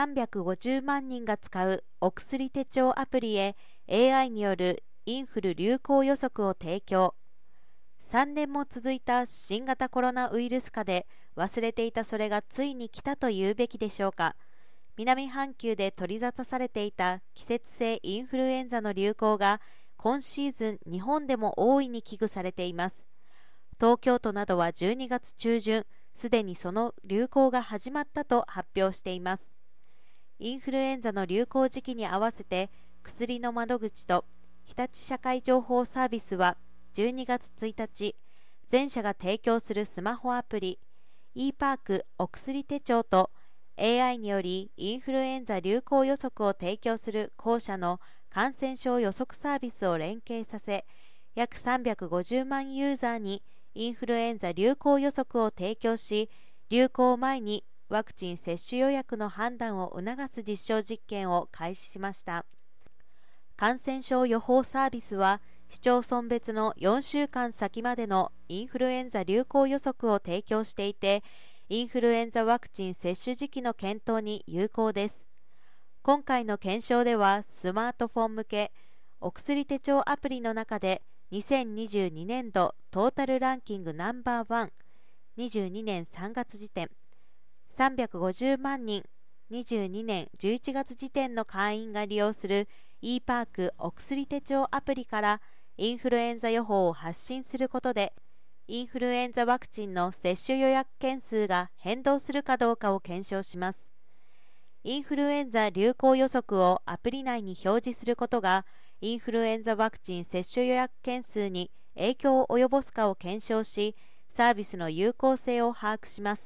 350万人が使うお薬手帳アプリへ AI によるインフル流行予測を提供。3年も続いた新型コロナウイルス禍で忘れていたそれがついに来たと言うべきでしょうか。南半球で取り沙汰されていた季節性インフルエンザの流行が今シーズン日本でも大いに危惧されています。東京都などは12月中旬、すでにその流行が始まったと発表しています。インフルエンザの流行時期に合わせて薬の窓口と日立社会情報サービスは12月1日、全社が提供するスマホアプリ e パークお薬手帳と AI によりインフルエンザ流行予測を提供する後者の感染症予測サービスを連携させ、約350万ユーザーにインフルエンザ流行予測を提供し、流行前にワクチン接種予約の判断を促す実証実験を開始しました。感染症予報サービスは、市町村別の4週間先までのインフルエンザ流行予測を提供していて、インフルエンザワクチン接種時期の検討に有効です。今回の検証では、スマートフォン向けお薬手帳アプリの中で、2022年度トータルランキングナンバーワン、22年3月時点、350万人、22年11月時点の会員が利用する e パークお薬手帳アプリからインフルエンザ予報を発信することで、インフルエンザワクチンの接種予約件数が変動するかどうかを検証します。インフルエンザ流行予測をアプリ内に表示することが、インフルエンザワクチン接種予約件数に影響を及ぼすかを検証し、サービスの有効性を把握します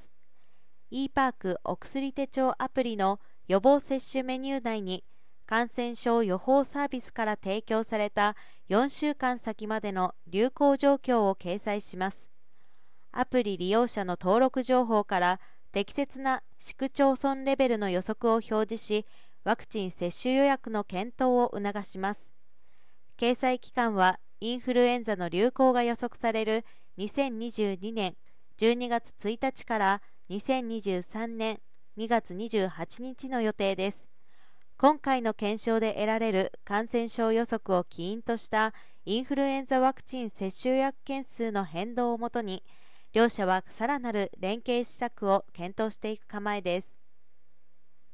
。e パークお薬手帳アプリの予防接種メニュー内に、感染症予報サービスから提供された4週間先までの流行状況を掲載します。アプリ利用者の登録情報から適切な市区町村レベルの予測を表示し、ワクチン接種予約の検討を促します。掲載期間はインフルエンザの流行が予測される2022年12月1日から2023年2月28日の予定です。今回の検証で得られる感染症予測を起因としたインフルエンザワクチン接種予約件数の変動をもとに、両社はさらなる連携施策を検討していく構えです。